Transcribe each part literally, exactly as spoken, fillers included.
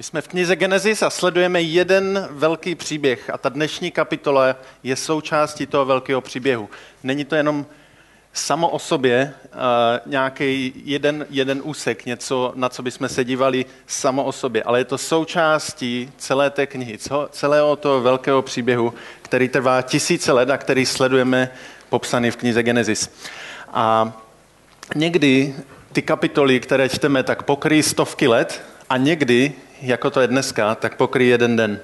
My jsme v knize Genesis a sledujeme jeden velký příběh a ta dnešní kapitola je součástí toho velkého příběhu. Není to jenom samo o sobě uh, nějaký jeden, jeden úsek, něco, na co bychom se dívali samo o sobě, ale je to součástí celé té knihy, celého toho velkého příběhu, který trvá tisíce let a který sledujeme popsaný v knize Genesis. A někdy ty kapitoly, které čteme, tak pokryjí stovky let a někdy, jako to je dneska, tak pokryjí jeden den.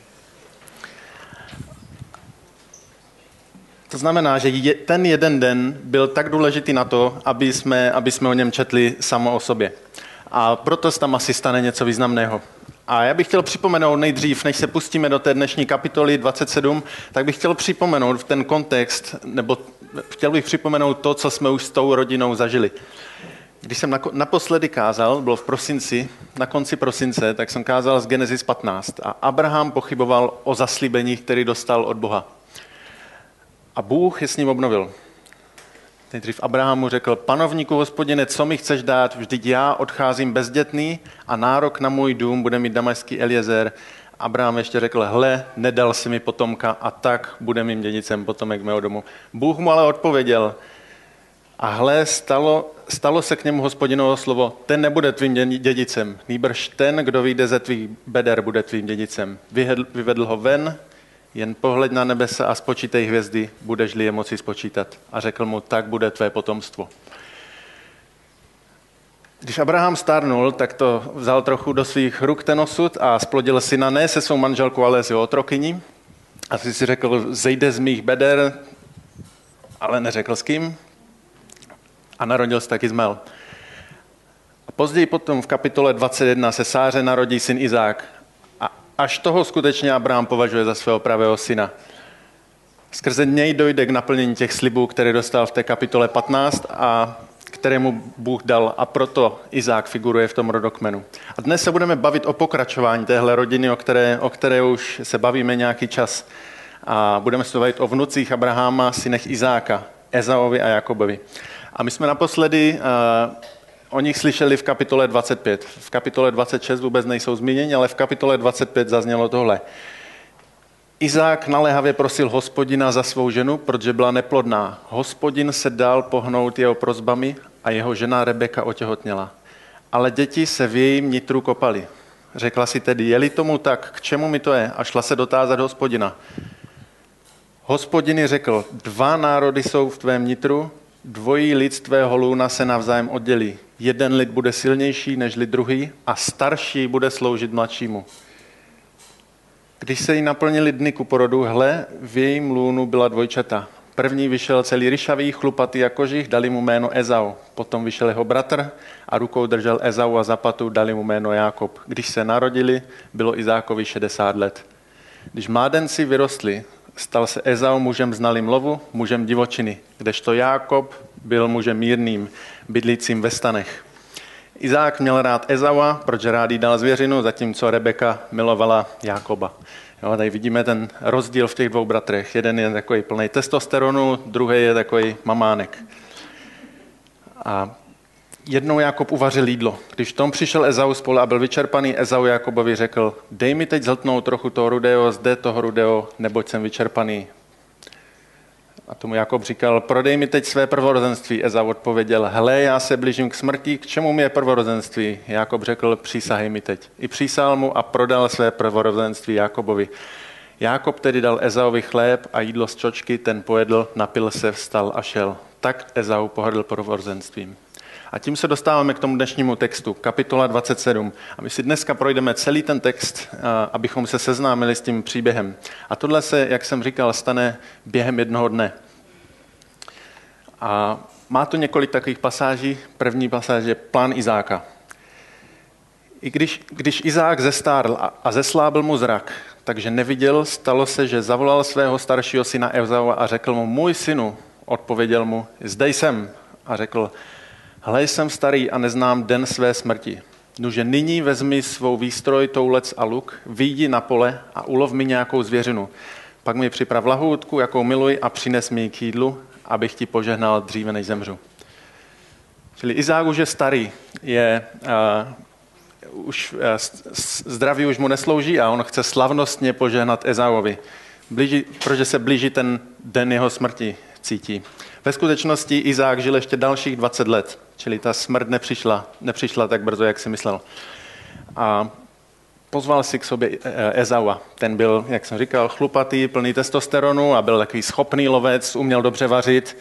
To znamená, že je, ten jeden den byl tak důležitý na to, aby jsme, aby jsme o něm četli samo o sobě. A proto se tam asi stane něco významného. A já bych chtěl připomenout nejdřív, než se pustíme do té dnešní kapitoly dvacet sedm, tak bych chtěl připomenout v ten kontext, nebo chtěl bych připomenout to, co jsme už s tou rodinou zažili. Když jsem naposledy kázal, bylo v prosinci, na konci prosince, tak jsem kázal z Genesis patnáct a Abraham pochyboval o zaslíbení, který dostal od Boha. A Bůh je s ním obnovil. Nejdřív Abrahamu řekl, panovníku Hospodine, co mi chceš dát, vždyť já odcházím bezdětný a nárok na můj dům bude mít damašský Eliezer. Abraham ještě řekl, hle, nedal si mi potomka a tak bude mým dědicem potomek mého domu. Bůh mu ale odpověděl, a hle, stalo, stalo se k němu Hospodinovo slovo, ten nebude tvým dědicem, nýbrž ten, kdo vyjde ze tvých beder, bude tvým dědicem. Vyvedl, vyvedl ho ven, jen pohled na nebesa a spočítej hvězdy, budeš-li je moci spočítat. A řekl mu, tak bude tvé potomstvo. Když Abraham stárnul, tak to vzal trochu do svých ruk ten osud a splodil syna ne se svou manželkou, ale s jeho otrokyní. A si si řekl, zejde z mých beder, ale neřekl s kým. A narodil se tak Izmael. A později potom v kapitole dvacet jedna se Sáře narodí syn Izák. A až toho skutečně Abraham považuje za svého pravého syna. Skrze něj dojde k naplnění těch slibů, které dostal v té kapitole patnáct a kterému Bůh dal. A proto Izák figuruje v tom rodokmenu. A dnes se budeme bavit o pokračování téhle rodiny, o které, o které už se bavíme nějaký čas. A budeme se bavit o vnucích Abraháma, synech Izáka, Ezaovi a Jakobovi. A my jsme naposledy uh, o nich slyšeli v kapitole dvacet pět. V kapitole dvacet šest vůbec nejsou zmíněni, ale v kapitole dvacet pět zaznělo tohle. Izák naléhavě prosil Hospodina za svou ženu, protože byla neplodná. Hospodin se dal pohnout jeho prosbami a jeho žena Rebeka otěhotněla. Ale děti se v jejím nitru kopaly. Řekla si tedy, je-li tomu tak, k čemu mi to je? A šla se dotázat Hospodina. Hospodin řekl, dva národy jsou v tvém nitru, dvojí lid z tvého lůna se navzájem oddělí. Jeden lid bude silnější než lid druhý a starší bude sloužit mladšímu. Když se jí naplnili dny ku porodu, hle, v jejím lůnu byla dvojčata. První vyšel celý ryšavý, chlupatý a kožich, dali mu jméno Ezau. Potom vyšel jeho bratr a rukou držel Ezau a za patu dali mu jméno Jákob. Když se narodili, bylo Izákovi šedesát let. Když mládenci vyrostli, stal se Ezau mužem znalým lovu, mužem divočiny, kdežto Jákob byl mužem mírným, bydlícím ve stanech. Izák měl rád Ezaua, protože rád jí dal zvěřinu, zatímco Rebeka milovala Jákoba. Jo, tady vidíme ten rozdíl v těch dvou bratrech. Jeden je takový plný testosteronu, druhý je takový mamánek. A jednou Jákob uvařil jídlo. Když v tom přišel Ezau z pole a byl vyčerpaný, Ezau Jákobovi řekl, dej mi teď zhltnout trochu toho rudého, zde toho rudého, neboť jsem vyčerpaný. A tomu Jákob říkal, prodej mi teď své prvorozenství. Ezau odpověděl, hele, já se blížím k smrti, k čemu mi je prvorozenství? Jákob řekl, přísahej mi teď. I přísahal mu a prodal své prvorozenství Jákobovi. Jákob tedy dal Ezaovi chléb a jídlo z čočky, ten pojedl, napil se, vstal a šel. Tak Ezau pohrdl prvorozenstvím. A tím se dostáváme k tomu dnešnímu textu, kapitola dvacet sedm. A my si dneska projdeme celý ten text, abychom se seznámili s tím příběhem. A tohle se, jak jsem říkal, stane během jednoho dne. A má to několik takových pasáží. První pasáž je plán Izáka. I když, když Izák zestárl a, a zeslábil mu zrak, takže neviděl, stalo se, že zavolal svého staršího syna Ezaua a řekl mu, můj synu, odpověděl mu, zde jsem. A řekl, hle, jsem starý a neznám den své smrti. Nuže nyní vezmi svou výstroj, toulec a luk, vyjdi na pole a ulov mi nějakou zvěřinu. Pak mi připrav lahůdku, jakou miluji, a přines mi ji k jídlu, abych ti požehnal dříve, než zemřu. Čili Izák už je starý, je, už zdraví už mu neslouží a on chce slavnostně požehnat Ezauovi, blíží, protože se blíží ten den jeho smrti cítí. Ve skutečnosti Izák žil ještě dalších dvacet let, čili ta smrt nepřišla, nepřišla tak brzo, jak si myslel. A pozval si k sobě Ezaua. Ten byl, jak jsem říkal, chlupatý, plný testosteronu a byl takový schopný lovec, uměl dobře vařit.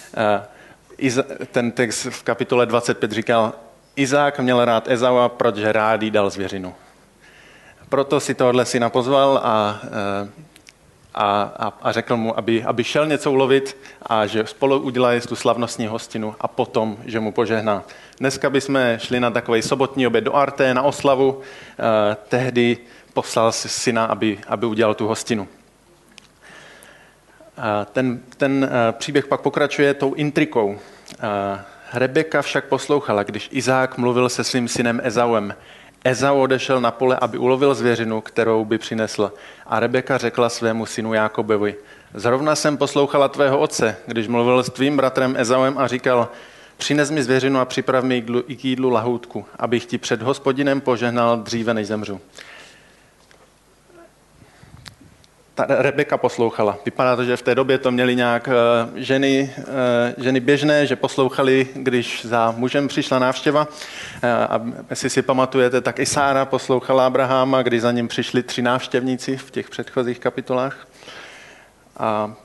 Ten text v kapitole dvacet pět říkal, Izák měl rád Ezaua, protože rád jí dal zvěřinu. Proto si tohle syna pozval a, a, a, a řekl mu, aby, aby šel něco ulovit a že spolu udělají tu slavnostní hostinu a potom, že mu požehná. Dneska bychom šli na takový sobotní oběd do Arte, na oslavu. Eh, tehdy poslal syna, aby, aby udělal tu hostinu. Eh, ten ten eh, příběh pak pokračuje tou intrikou. Eh, Rebeka však poslouchala, když Izák mluvil se svým synem Ezauem. Ezau odešel na pole, aby ulovil zvěřinu, kterou by přinesl. A Rebeka řekla svému synu Jákobovi, zrovna jsem poslouchala tvého otce, když mluvil s tvým bratrem Ezauem a říkal, přines mi zvěřinu a připrav mi k jídlu lahoutku, abych ti před Hospodinem požehnal dříve, než zemřu. Ta Rebeka poslouchala. Vypadá to, že v té době to měly nějak ženy, ženy běžné, že poslouchali, když za mužem přišla návštěva. A jestli si pamatujete, tak i Sára poslouchala Abraháma, když za ním přišli tři návštěvníci v těch předchozích kapitolách. A, a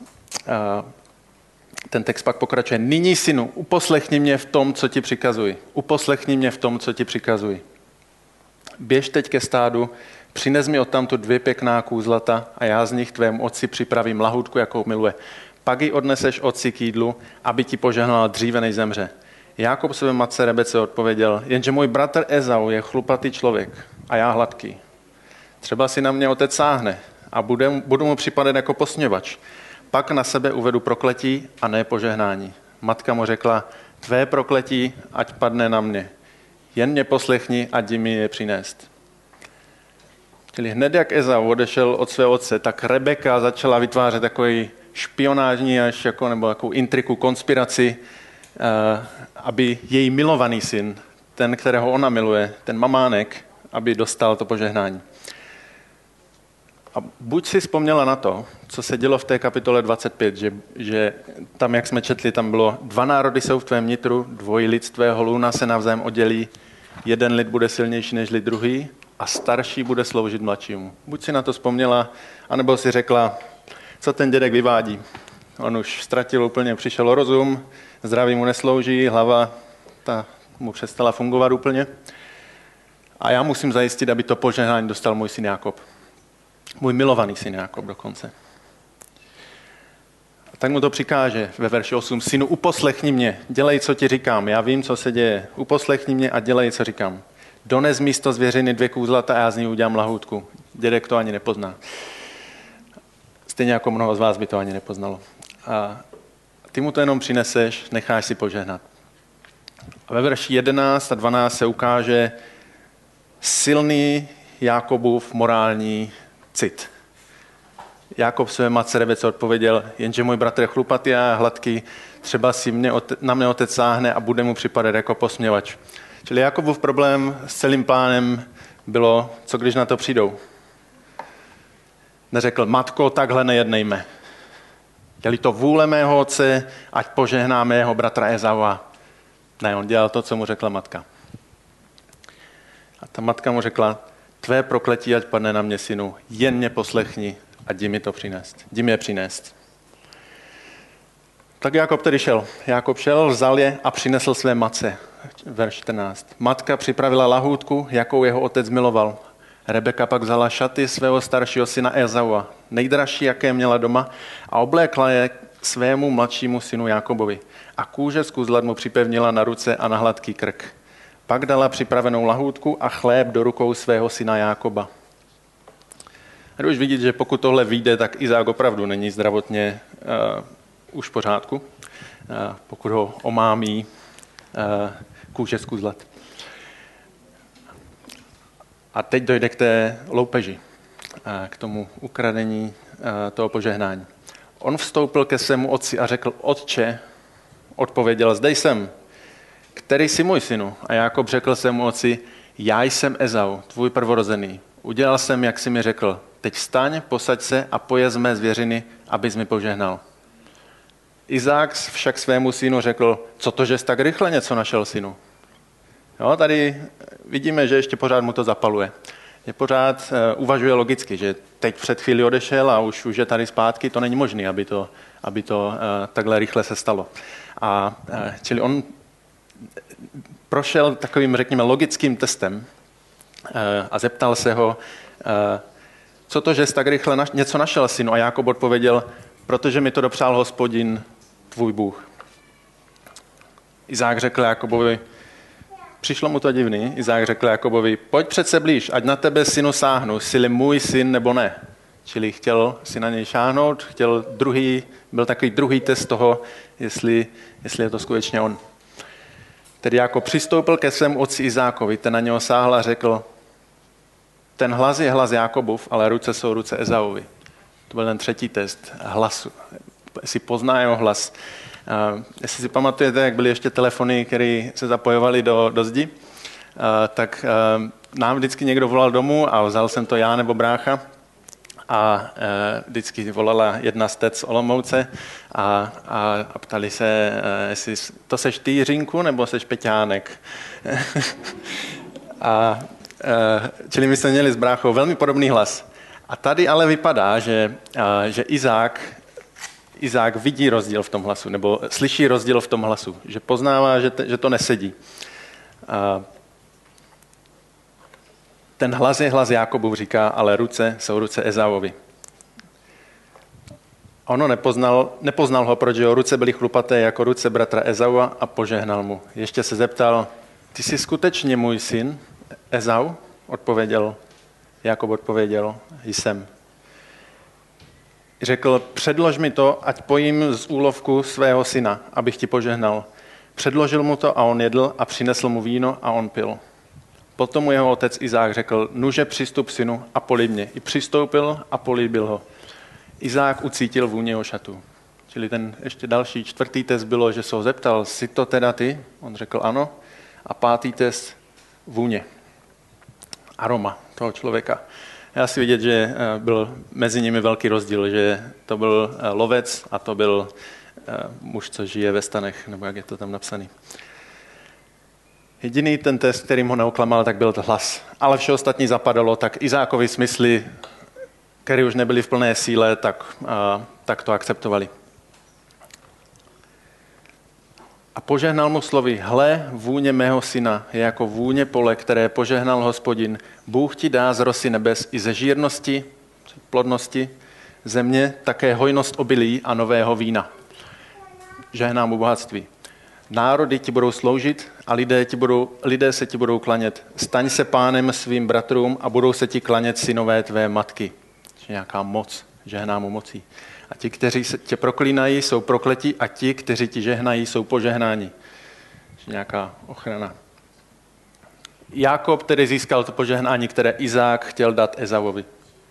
ten text pak pokračuje. Nyní, synu, uposlechni mě v tom, co ti přikazuji. Uposlechni mě v tom, co ti přikazuji. Běž teď ke stádu, přines mi odtamtud dvě pěkná kůzlata a já z nich tvému otci připravím lahůdku, jakou miluje. Pak ji odneseš otci k jídlu, aby ti požehnal dříve, než zemře. Jákob své matce Rebece odpověděl, jenže můj bratr Ezau je chlupatý člověk a já hladký. Třeba si na mě otec sáhne a bude, budu mu připadat jako posměvač. Pak na sebe uvedu prokletí a ne požehnání. Matka mu řekla, tvé prokletí, ať padne na mě. Jen mě poslechni a jdi mi je přinést. Čili hned jak Ezau odešel od svého otce, tak Rebeka začala vytvářet takový špionážní až jako, nebo takovou intriku, konspiraci, aby její milovaný syn, ten, kterého ona miluje, ten mamánek, aby dostal to požehnání. A buď si vzpomněla na to, co se dělo v té kapitole dvacet pět, že, že tam, jak jsme četli, tam bylo dva národy jsou v tvém nitru, dvojí lid tvého lůna se navzájem oddělí, jeden lid bude silnější než lid druhý a starší bude sloužit mladšímu. Buď si na to vzpomněla, anebo si řekla, co ten dědek vyvádí. On už ztratil úplně, přišel o rozum, zdraví mu neslouží, hlava ta mu přestala fungovat úplně. A já musím zajistit, aby to požehnání dostal můj syn Jákob. Můj milovaný syn Jákob dokonce. A tak mu to přikáže ve verši osm. Synu, uposlechni mě, dělej, co ti říkám. Já vím, co se děje. Uposlechni mě a dělej, co říkám. Dones místo zvěřiny dvě kůzlata a já z ní udělám lahoutku. Dědek to ani nepozná. Stejně jako mnoho z vás by to ani nepoznalo. A ty mu to jenom přineseš, necháš si požehnat. A ve verši jedenáct a dvanáct se ukáže silný Jákobův morální cit. Jákob své matce Rebece odpověděl, jenže můj bratr je chlupatý a hladký, třeba si mě, na mě otec sáhne a bude mu připadat jako posměvač. Čili Jákobův problém s celým plánem bylo, co když na to přijdou. Neřekl, matko, takhle nejednejme. Je-li to vůle mého otce, ať požehnáme jeho bratra Ezaua. Ne, on dělal to, co mu řekla matka. A ta matka mu řekla, tvé prokletí, ať padne na mě, synu, jen mě poslechni a jdi mi to přinést. Jdi mi je přinést. Tak Jákob tedy šel. Jákob šel, vzal je a přinesl své matce. Verš čtrnáct. Matka připravila lahůdku, jakou jeho otec miloval. Rebeka pak vzala šaty svého staršího syna Ezaua, nejdražší, jaké měla doma, a oblékla je svému mladšímu synu Jákobovi. A kůže z kůzlat mu připevnila na ruce a na hladký krk. Pak dala připravenou lahůdku a chléb do rukou svého syna Jákoba. A už vidět, že pokud tohle vyjde, tak Izák opravdu není zdravotně uh, už v pořádku, uh, pokud ho omámí uh, kůže z kůzlat. A teď dojde k té loupeži, k tomu ukradení toho požehnání. On vstoupil ke svému otci a řekl, otče, odpověděl, zde jsem, který jsi můj synu? A Jákob řekl svému otci, já jsem Ezau, tvůj prvorozený. Udělal jsem, jak jsi mi řekl. Teď vstaň, posaď se a pojez mé zvěřiny, abys mi požehnal. Izák však svému synu řekl, co to, že jsi tak rychle něco našel, synu? Jo, tady vidíme, že ještě pořád mu to zapaluje. Je pořád uh, uvažuje logicky, že teď před chvíli odešel a už, už je tady zpátky, to není možné, aby to, aby to uh, takhle rychle se stalo. A, uh, čili on prošel takovým, řekněme, logickým testem uh, a zeptal se ho, uh, co to, že jsi tak rychle naš, něco našel, synu? A Jákob odpověděl, protože mi to dopřál Hospodin, tvůj Bůh. Izák řekl Jákobovi, přišlo mu to divný, Izák řekl Jákobovi, pojď přece blíž, ať na tebe, synu, sáhnu, jsi-li můj syn nebo ne. Čili chtěl si na něj šáhnout, chtěl druhý, byl takový druhý test toho, jestli, jestli je to skutečně on. Tedy Jákob přistoupil ke svému otci Izákovi, ten na něho sáhl a řekl, ten hlas je hlas Jákobův, ale ruce jsou ruce Ezauvi. To byl ten třetí test hlasu. Jestli pozná jeho hlas. Uh, jestli si pamatujete, jak byly ještě telefony, které se zapojovaly do, do zdi, uh, tak uh, nám vždycky někdo volal domů a vzal jsem to já nebo brácha a uh, vždycky volala jedna z tet z Olomouce a, a, a ptali se, uh, jestli to seš ty, Jiřinku, nebo seš Peťánek. a, uh, čili my jsme měli s bráchou velmi podobný hlas. A tady ale vypadá, že, uh, že Izák Izák vidí rozdíl v tom hlasu, nebo slyší rozdíl v tom hlasu, že poznává, že, te, že to nesedí. A ten hlas je hlas Jákobův, říká, ale ruce jsou ruce Ezauovi. Ono nepoznal, nepoznal ho, protože jeho ruce byly chlupaté jako ruce bratra Ezaua a požehnal mu. Ještě se zeptal, ty jsi skutečně můj syn, Ezau? Odpověděl, Jákob odpověděl, jsem. Řekl, předlož mi to, ať pojím z úlovku svého syna, abych ti požehnal. Předložil mu to a on jedl a přinesl mu víno a on pil. Potom mu jeho otec Izák řekl, nuže přistup synu a polib mě. I přistoupil a políbil ho. Izák ucítil vůni jeho šatů. Čili ten ještě další čtvrtý test bylo, že se ho zeptal, jsi to teda ty? On řekl ano. A pátý test vůně. Aroma toho člověka. Já si vidět, že byl mezi nimi velký rozdíl, že to byl lovec a to byl muž, co žije ve stanech, nebo jak je to tam napsaný. Jediný ten test, který ho neoklamal, tak byl to hlas. Ale vše ostatní zapadalo, tak Izákovi smysly, které už nebyly v plné síle, tak, tak to akceptovali. A požehnal mu slovy, hle, vůně mého syna je jako vůně pole, které požehnal Hospodin. Bůh ti dá z rosy nebes i ze žírnosti, plodnosti země, také hojnost obilí a nového vína. Žehnám mu bohatství. Národy ti budou sloužit a lidé, ti budou, lidé se ti budou klanět. Staň se pánem svým bratrům a budou se ti klanět synové tvé matky. Čiže nějaká moc, žehnám mu mocí. A ti, kteří tě proklínají, jsou prokleti a ti, kteří ti žehnají, jsou požehnáni. Nějaká ochrana. Jákob tedy získal to požehnání, které Izák chtěl dát Ezauovi.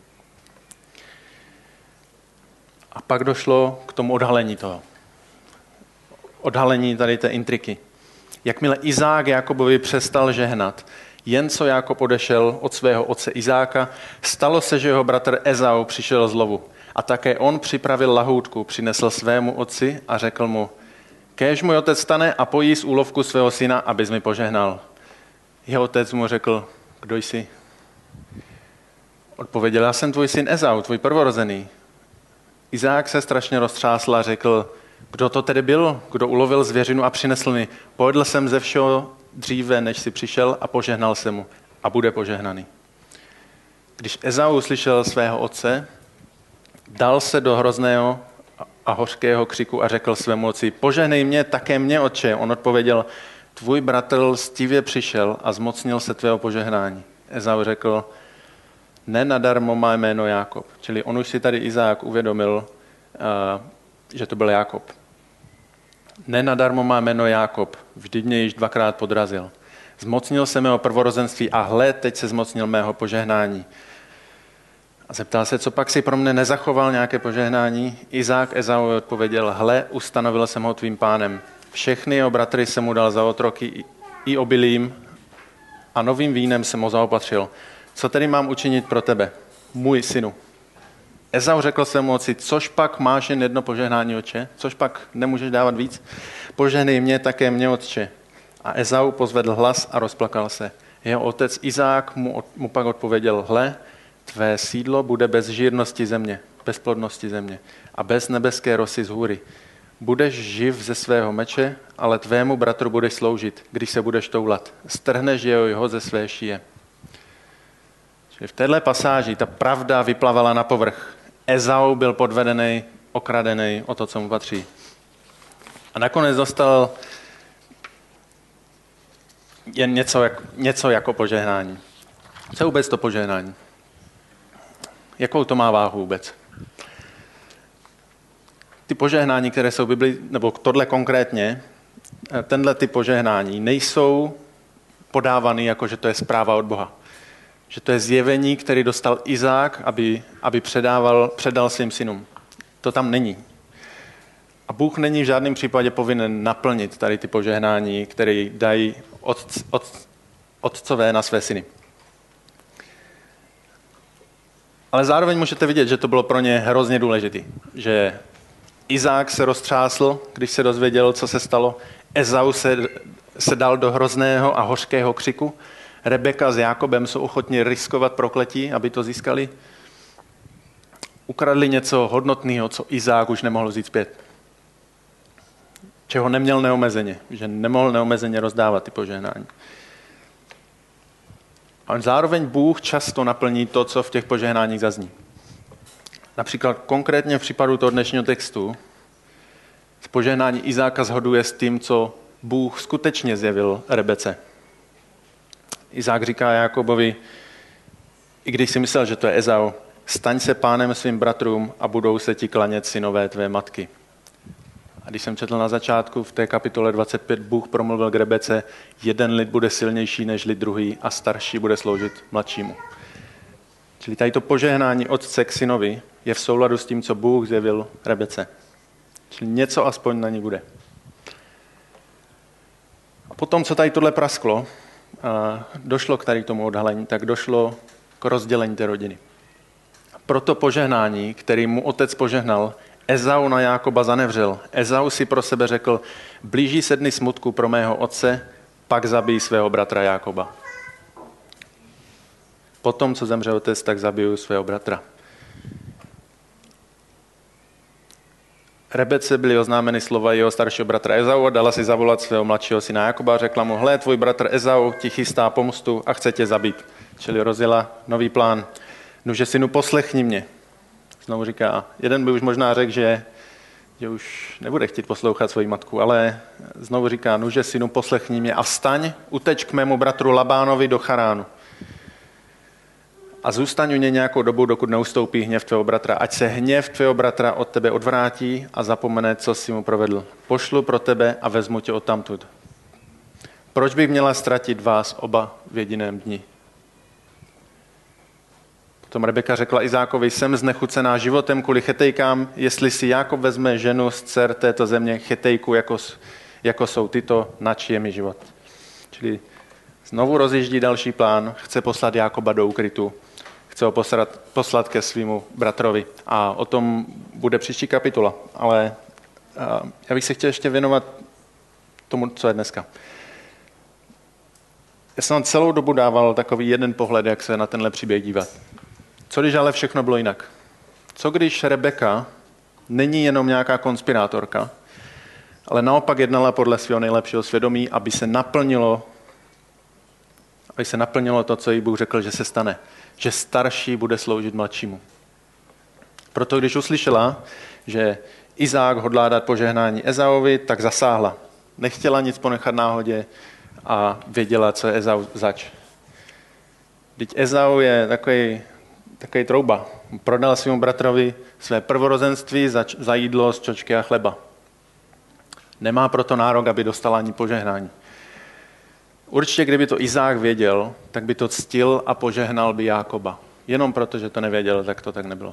A pak došlo k tomu odhalení toho. Odhalení tady té intriky. Jakmile Izák Jákobovi přestal žehnat, jen co Jákob odešel od svého otce Izáka, stalo se, že jeho bratr Ezau přišel z lovu. A také on připravil lahoutku, přinesl svému otci a řekl mu, kéž můj otec stane a pojí z úlovku svého syna, abys mi požehnal. Jeho otec mu řekl, kdo jsi? Odpověděl, já jsem tvůj syn Ezau, tvůj prvorozený. Izák se strašně roztřásl a řekl, kdo to tedy byl, kdo ulovil zvěřinu a přinesl mi? Pojedl jsem ze všeho dříve, než si přišel a požehnal jsem mu a bude požehnaný. Když Ezau uslyšel svého otce, dal se do hrozného a hořkého křiku a řekl svému otci, požehnej mě, také mě, otče. On odpověděl, tvůj bratr lstivě přišel a zmocnil se tvého požehnání. Ezau řekl, ne nadarmo má jméno Jákob. Čili on už si tady Izák uvědomil, že to byl Jákob. Ne nadarmo má jméno Jákob, vždyť mě již dvakrát podrazil. Zmocnil se mého prvorozenství a hle, teď se zmocnil mého požehnání. A zeptal se, co pak si pro mne nezachoval nějaké požehnání? Izák Ezau odpověděl, hle, ustanovil jsem ho tvým pánem. Všechny jeho bratry jsem mu dal za otroky i obilím a novým vínem jsem ho zaopatřil. Co tedy mám učinit pro tebe, můj synu? Ezau řekl svému otci, což pak máš jen jedno požehnání, otče? Což pak nemůžeš dávat víc? Požehnej mě, také mě, otče. A Ezau pozvedl hlas a rozplakal se. Jeho otec Izák mu, mu pak odpověděl, hle, tvé sídlo bude bez žírnosti země, bez plodnosti země a bez nebeské rosy z hůry. Budeš živ ze svého meče, ale tvému bratru budeš sloužit, když se budeš toulat. Strhneš jeho ze své šíje. Čili v téhle pasáži ta pravda vyplavala na povrch. Ezau byl podvedený, okradený o to, co mu patří. A nakonec dostal jen něco, jak, něco jako požehnání. Co je vůbec to požehnání? Jakou to má váhu vůbec? Ty požehnání, které jsou v Biblii, nebo tohle konkrétně, tenhle ty požehnání nejsou podávány jako, že to je zpráva od Boha. Že to je zjevení, který dostal Izák, aby, aby předával, předal svým synům. To tam není. A Bůh není v žádném případě povinen naplnit tady ty požehnání, které dají od, od, otcové na své syny. Ale zároveň můžete vidět, že to bylo pro ně hrozně důležité. Že Izák se roztřásl, když se dozvěděl, co se stalo. Ezau se, se dal do hrozného a hořkého křiku. Rebeka s Jákobem jsou ochotni riskovat prokletí, aby to získali. Ukradli něco hodnotného, co Izák už nemohl vzít zpět. Čeho neměl neomezeně, že nemohl neomezeně rozdávat ty požehnání. A zároveň Bůh často naplní to, co v těch požehnáních zazní. Například konkrétně v případu toho dnešního textu požehnání Izáka shoduje s tím, co Bůh skutečně zjevil Rebece. Izák říká Jákobovi, i když si myslel, že to je Ezau, staň se pánem svým bratrům a budou se ti klanět synové tvé matky. A když jsem četl na začátku v té kapitole dvacet pět, Bůh promluvil k Rebece, jeden lid bude silnější než lid druhý a starší bude sloužit mladšímu. Čili tady to požehnání otce k synovi je v souladu s tím, co Bůh zjevil Rebece. Čili něco aspoň na ní bude. A potom, co tady tohle prasklo, došlo k tady tomu odhalení, tak došlo k rozdělení té rodiny. Proto požehnání, který mu otec požehnal, Ezau na Jákoba zanevřel. Ezau si pro sebe řekl, blíží se dny smutku pro mého otce, pak zabij svého bratra Jákoba. Potom, co zemře otec, tak zabiju svého bratra. Rebece byly oznámeny slova jeho staršího bratra Ezau a dala si zavolat svého mladšího syna Jákoba a řekla mu, hle, tvůj bratr Ezau ti chystá pomstu a chce tě zabít. Čili rozjela nový plán. Nuže, synu, poslechni mě. Znovu říká, jeden by už možná řekl, že, že už nebude chtít poslouchat svoji matku, ale znovu říká, nuže, synu, poslechni mě a vstaň, uteč k mému bratru Labánovi do Charánu. A zůstaň u něj nějakou dobu, dokud neustoupí hněv tvého bratra. Ať se hněv tvého bratra od tebe odvrátí a zapomene, co jsi mu provedl. Pošlu pro tebe a vezmu tě odtamtud. Proč bych měla ztratit vás oba v jediném dni? Potom Rebeka řekla Izákovi, jsem znechucená životem kvůli Chetejkám, jestli si Jákob vezme ženu z dcer této země Chetejku, jako, jako jsou tyto, nač je mi život. Čili znovu rozjíždí další plán, chce poslat Jákoba do úkrytu, chce ho poslat, poslat ke svému bratrovi. A o tom bude příští kapitola, ale já bych se chtěl ještě věnovat tomu, co je dneska. Já jsem celou dobu dával takový jeden pohled, jak se na tenhle příběh dívat. Co když ale všechno bylo jinak? Co když Rebeka není jenom nějaká konspirátorka, ale naopak jednala podle svého nejlepšího svědomí, aby se naplnilo, aby se naplnilo to, co jí Bůh řekl, že se stane. Že starší bude sloužit mladšímu. Proto když uslyšela, že Izák hodlá dát požehnání Ezauvi, tak zasáhla. Nechtěla nic ponechat náhodě a věděla, co je Ezau zač. Vždyť Ezau je takový takový trouba. Prodal svému bratrovi své prvorozenství za, za jídlo z čočky a chleba. Nemá proto nárok, aby dostal ani požehnání. Určitě, kdyby to Izák věděl, tak by to ctil a požehnal by Jákoba. Jenom proto, že to nevěděl, tak to tak nebylo.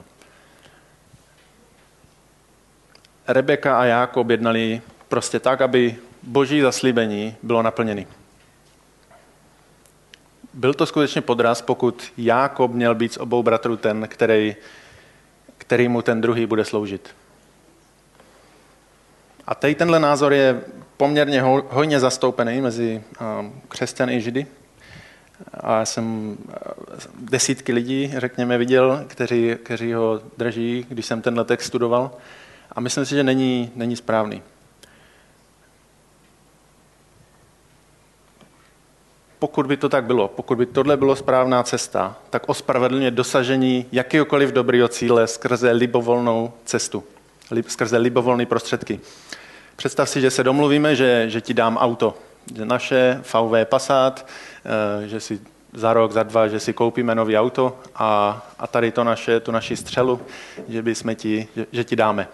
Rebeka a Jákob jednali prostě tak, aby boží zaslíbení bylo naplněné. byl to skutečně podraz, pokud Jákob měl být z obou bratrů ten, který, který mu ten druhý bude sloužit. A tady tenhle názor je poměrně hojně zastoupený mezi křesťany i židy. A já jsem desítky lidí, řekněme, viděl, kteří, kteří ho drží, když jsem tenhle text studoval. A myslím si, že není, není správný. Pokud by to tak bylo, pokud by tohle bylo správná cesta, tak ospravedlňuje dosažení jakéhokoliv dobrého cíle skrze libovolnou cestu, skrze libovolné prostředky. Představ si, že se domluvíme, že, že ti dám auto, že naše V W Passat, že si za rok, za dva, že si koupíme nový auto a, a tady to naše, tu naši střelu, že, bychom ti, že, že ti dáme.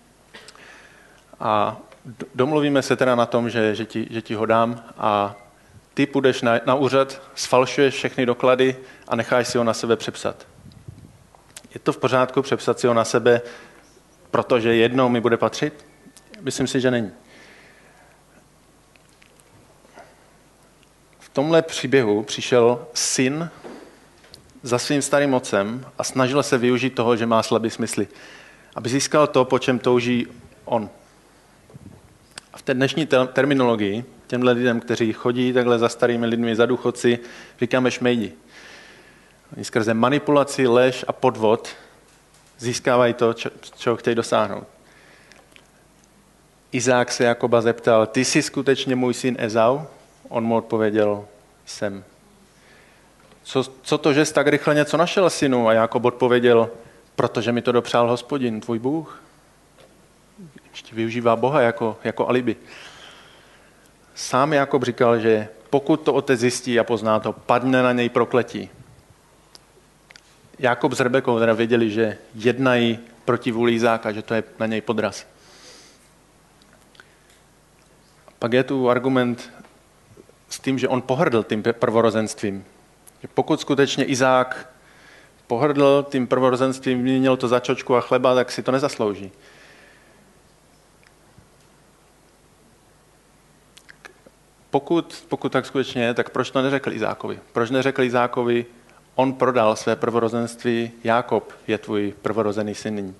A domluvíme se teda na tom, že, že, ti, že ti ho dám a ty půjdeš na, na úřad, sfalšuješ všechny doklady a necháš si ho na sebe přepsat. Je to v pořádku přepsat si ho na sebe, protože jednou mi bude patřit? Myslím si, že není. V tomhle příběhu přišel syn za svým starým otcem a snažil se využít toho, že má slabý smysly, aby získal to, po čem touží on. A v té dnešní terminologii těmhle lidem, kteří chodí takhle za starými lidmi, za důchodci, říkáme šmejdi. Oni skrze manipulaci, lež a podvod získávají to, čeho chtějí dosáhnout. Izák se Jakoba zeptal, ty jsi skutečně můj syn Ezau? On mu odpověděl, jsem. Co, co to, že jsi tak rychle něco našel, synu? A Jakob odpověděl, protože mi to dopřál Hospodin, tvůj Bůh. Ještě využívá Boha jako, jako alibi. Sám Jakob říkal, že pokud to otec zjistí a pozná to, padne na něj prokletí. Jakob s Rebekou teda věděli, že jednají proti vůli Izáka, že to je na něj podraz. Pak je tu argument s tím, že on pohrdl tím prvorozenstvím. Že pokud skutečně Izák pohrdl tím prvorozenstvím, měnil to za čočku a chleba, tak si to nezaslouží. Pokud, pokud tak skutečně je, tak proč to neřekl Izákovi? Proč neřekl Izákovi, on prodal své prvorozenství, Jákob je tvůj prvorozený syn nyní.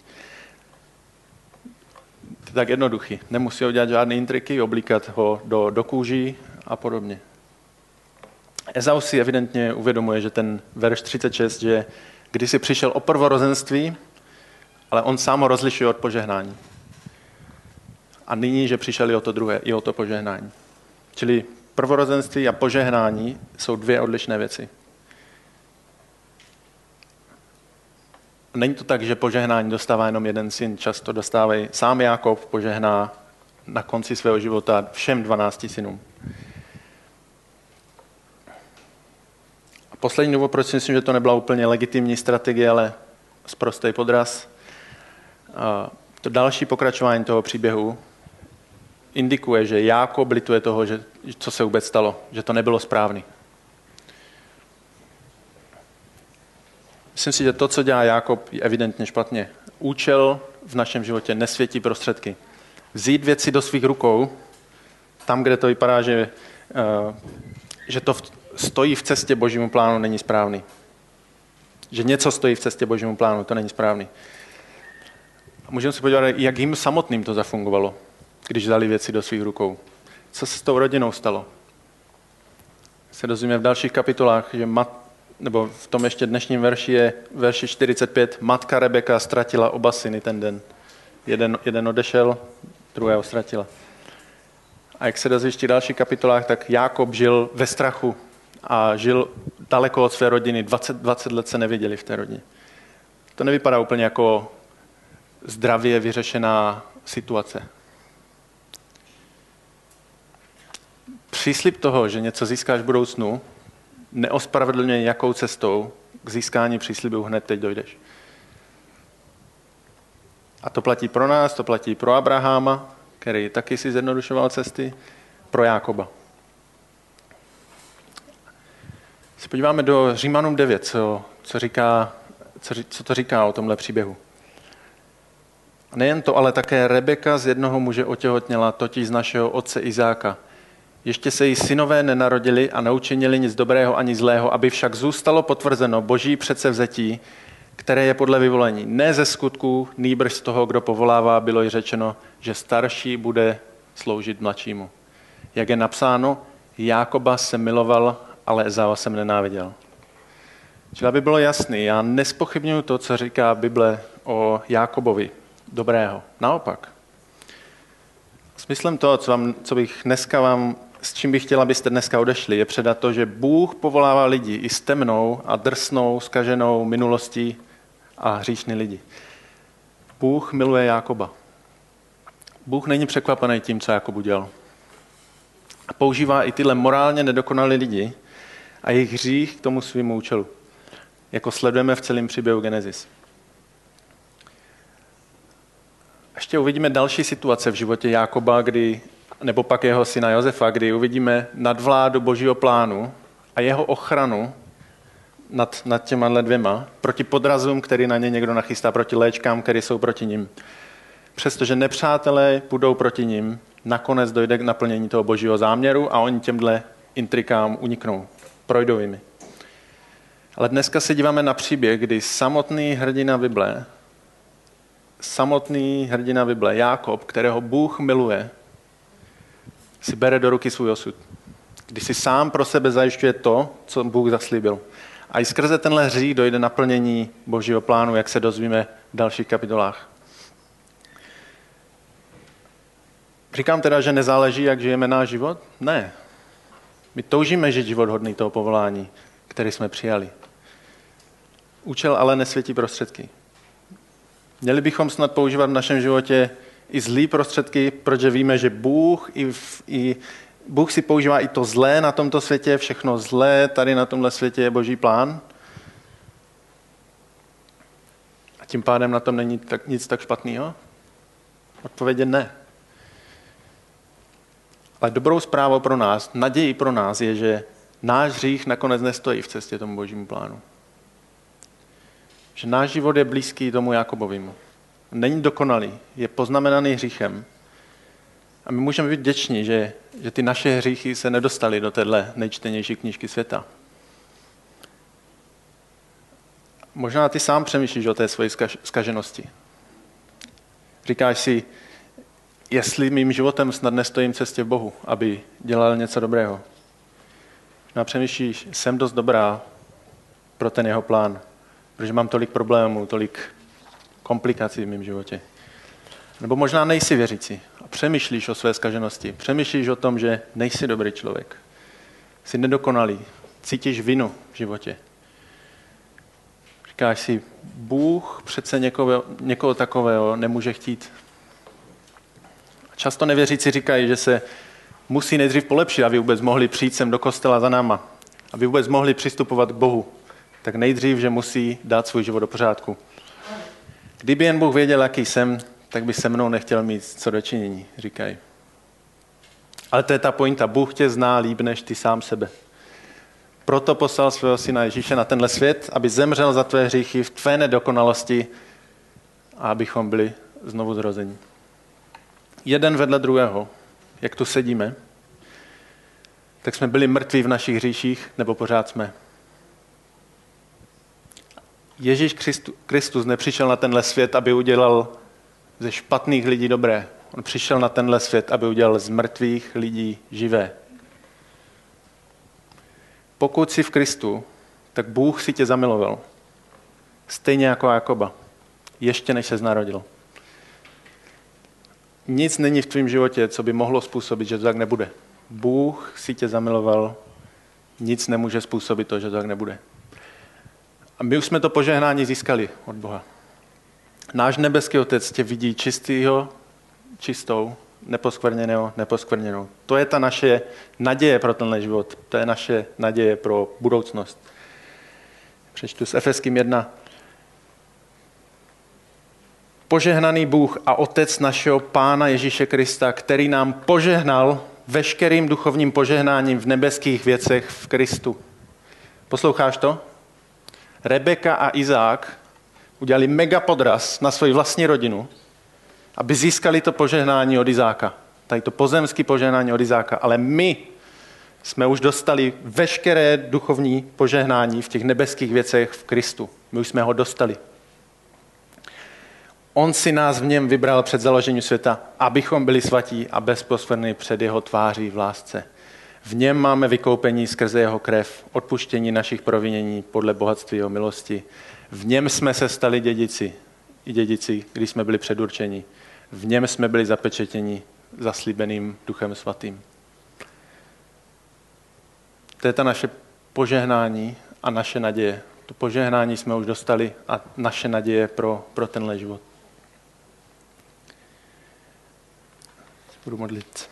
To je tak jednoduchý. Nemusí ho dělat žádné intriky, oblíkat ho do, do kůží a podobně. Ezau si evidentně uvědomuje, že ten verš třicet šest, že když si přišel o prvorozenství, ale on sám ho rozlišuje od požehnání. A nyní, že přišel i o to druhé, i o to požehnání. Čili prvorozenství a požehnání jsou dvě odlišné věci. Není to tak, že požehnání dostává jenom jeden syn, často dostávají. Sám Jákob požehná na konci svého života všem dvanácti synům. A poslední důvod, proč si myslím, že to nebyla úplně legitimní strategie, ale sprostý podraz. A to další pokračování toho příběhu indikuje, že Jákob lituje toho, že, co se vůbec stalo, že to nebylo správný. Myslím si, že to, co dělá Jákob, je evidentně špatně. Účel v našem životě nesvětí prostředky. Vzít věci do svých rukou, tam, kde to vypadá, že, že to stojí v cestě Božímu plánu, není správný. Že něco stojí v cestě Božímu plánu, to není správný. A můžeme se podívat, jak jim samotným to zafungovalo, když dali věci do svých rukou. Co se s tou rodinou stalo? Se dozvíme v dalších kapitolách, že mat, nebo v tom ještě dnešním verši je verši čtyřicet pět, matka Rebeka ztratila oba syny ten den. Jeden, jeden odešel, druhého ztratila. A jak se dozvíš v těch dalších kapitolách, tak Jákob žil ve strachu a žil daleko od své rodiny. dvacet, dvacet let se neviděli v té rodině. To nevypadá úplně jako zdravě vyřešená situace. Příslib toho, že něco získáš v budoucnu, neospravedlňuje, jakou cestou k získání příslibu hned teď dojdeš. A to platí pro nás, to platí pro Abraháma, který taky si zjednodušoval cesty, pro Jákoba. Se podíváme do Římanům devět, co, co, říká, co, co to říká o tomhle příběhu. A nejen to, ale také Rebeka z jednoho muže otěhotněla, totiž z našeho otce Izáka. Ještě se jí synové nenarodili a neučinili nic dobrého ani zlého, aby však zůstalo potvrzeno boží předsevzetí, které je podle vyvolení. Ne ze skutků, nýbrž z toho, kdo povolává, bylo jí řečeno, že starší bude sloužit mladšímu. Jak je napsáno, Jákoba jsem miloval, ale Ezáva jsem nenáviděl. Čili aby bylo jasný, já nespochybnuju to, co říká Bible o Jákobovi dobrého. Naopak. Smyslem toho, co, vám, co bych dneska vám, s čím bych chtěla, abyste dneska odešli, je předat to, že Bůh povolává lidi i s temnou a drsnou, zkaženou minulostí a hříšný lidi. Bůh miluje Jákoba. Bůh není překvapený tím, co Jákob udělal. A používá i tyhle morálně nedokonalé lidi a jejich hřích k tomu svým účelu. Jako sledujeme v celém příběhu Genesis. Ještě uvidíme další situace v životě Jákoba, kdy, nebo pak jeho syna Josefa, kdy uvidíme nadvládu božího plánu a jeho ochranu nad, nad těma dvěma proti podrazům, který na ně někdo nachystá, proti léčkám, které jsou proti nim. Přestože nepřátelé půjdou proti nim, nakonec dojde k naplnění toho božího záměru a oni těmhle intrikám uniknou. Projdou jimi. Ale dneska se díváme na příběh, kdy samotný hrdina Bible, samotný hrdina Bible, Jákob, kterého Bůh miluje, si bere do ruky svůj osud. Kdy si sám pro sebe zajišťuje to, co Bůh zaslíbil. A i skrze tenhle hřích dojde naplnění božího plánu, jak se dozvíme v dalších kapitolách. Říkám teda, že nezáleží, jak žijeme náš život? Ne. My toužíme žít život hodný toho povolání, který jsme přijali. Účel ale nesvětí prostředky. Měli bychom snad používat v našem životě i zlý prostředky, protože víme, že Bůh, i, v, i, Bůh si používá i to zlé na tomto světě, všechno zlé tady na tomhle světě je boží plán. A tím pádem na tom není tak, nic tak špatného? Odpověď je ne. Ale dobrou zprávou pro nás, naději pro nás je, že náš hřích nakonec nestojí v cestě tomu božímu plánu. Že náš život je blízký tomu Jákobovému. Není dokonalý, je poznamenaný hříchem. A my můžeme být vděční, že, že ty naše hříchy se nedostaly do téhle nejčtenější knížky světa. Možná ty sám přemýšlíš o té své zkaženosti. Říkáš si, jestli mým životem snad nestojím cestě v Bohu, aby dělal něco dobrého. No a přemýšlíš, jsem dost dobrá pro ten jeho plán, protože mám tolik problémů, tolik komplikací v mém životě. Nebo možná nejsi věřící a přemýšlíš o své zkaženosti. Přemýšlíš o tom, že nejsi dobrý člověk. Jsi nedokonalý. Cítíš vinu v životě. Říkáš si, Bůh přece někoho, někoho takového nemůže chtít. Často nevěřící říkají, že se musí nejdřív polepšit, aby vůbec mohli přijít sem do kostela za náma. Aby vůbec mohli přistupovat k Bohu. Tak nejdřív, že musí dát svůj život do pořádku. Kdyby jen Bůh věděl, jaký jsem, tak by se mnou nechtěl mít co dočinění, říkají. Ale to je ta pointa. Bůh tě zná líp než ty sám sebe. Proto poslal svého syna Ježíše na tenhle svět, aby zemřel za tvé hříchy v tvé nedokonalosti a abychom byli znovu zrození. Jeden vedle druhého, jak tu sedíme, tak jsme byli mrtví v našich hříších, nebo pořád jsme. Ježíš Kristus nepřišel na tenhle svět, aby udělal ze špatných lidí dobré. On přišel na tenhle svět, aby udělal z mrtvých lidí živé. Pokud jsi v Kristu, tak Bůh si tě zamiloval. Stejně jako Jákoba. Ještě než ses narodil. Nic není v tvém životě, co by mohlo způsobit, že to tak nebude. Bůh si tě zamiloval. Nic nemůže způsobit to, že to tak nebude. A my už jsme to požehnání získali od Boha. Náš nebeský Otec tě vidí čistýho, čistou, neposkvrněného, neposkvrněnou. To je ta naše naděje pro tenhle život. To je naše naděje pro budoucnost. Přečtu z Efeským jedna. Požehnaný Bůh a Otec našeho Pána Ježíše Krista, který nám požehnal veškerým duchovním požehnáním v nebeských věcech v Kristu. Posloucháš to? Rebeka a Izák udělali mega podraz na svoji vlastní rodinu, aby získali to požehnání od Izáka. tady to pozemské požehnání od Izáka, ale my jsme už dostali veškeré duchovní požehnání v těch nebeských věcech v Kristu. My už jsme ho dostali. On si nás v něm vybral před založením světa, abychom byli svatí a bezposkvrnní před jeho tváří v lásce. V něm máme vykoupení skrze jeho krev, odpuštění našich provinění podle bohatství jeho milosti. V něm jsme se stali dědici, i dědici, když jsme byli předurčeni. V něm jsme byli zapečetěni zaslíbeným Duchem svatým. To je ta naše požehnání a naše naděje. To požehnání jsme už dostali a naše naděje pro, pro tenhle život. Budu modlit.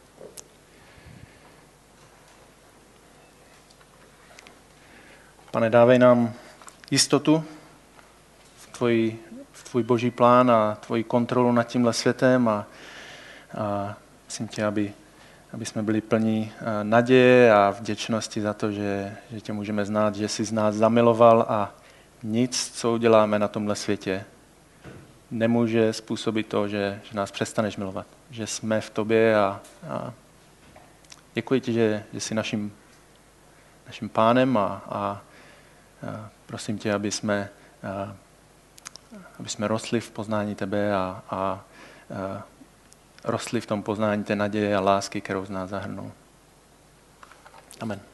Pane, dávej nám jistotu v, tvoji, v tvůj boží plán a tvoji kontrolu nad tímhle světem a, a myslím tě, aby, aby jsme byli plní naděje a vděčnosti za to, že, že tě můžeme znát, že jsi z nás zamiloval a nic, co uděláme na tomhle světě, nemůže způsobit to, že, že nás přestaneš milovat, že jsme v tobě a, a děkuji ti, že, že jsi naším, naším pánem a, a, a prosím tě, aby jsme, a, aby jsme rostli v poznání tebe a, a, a rostli v tom poznání té naděje a lásky, kterou z nás zahrnul. Amen.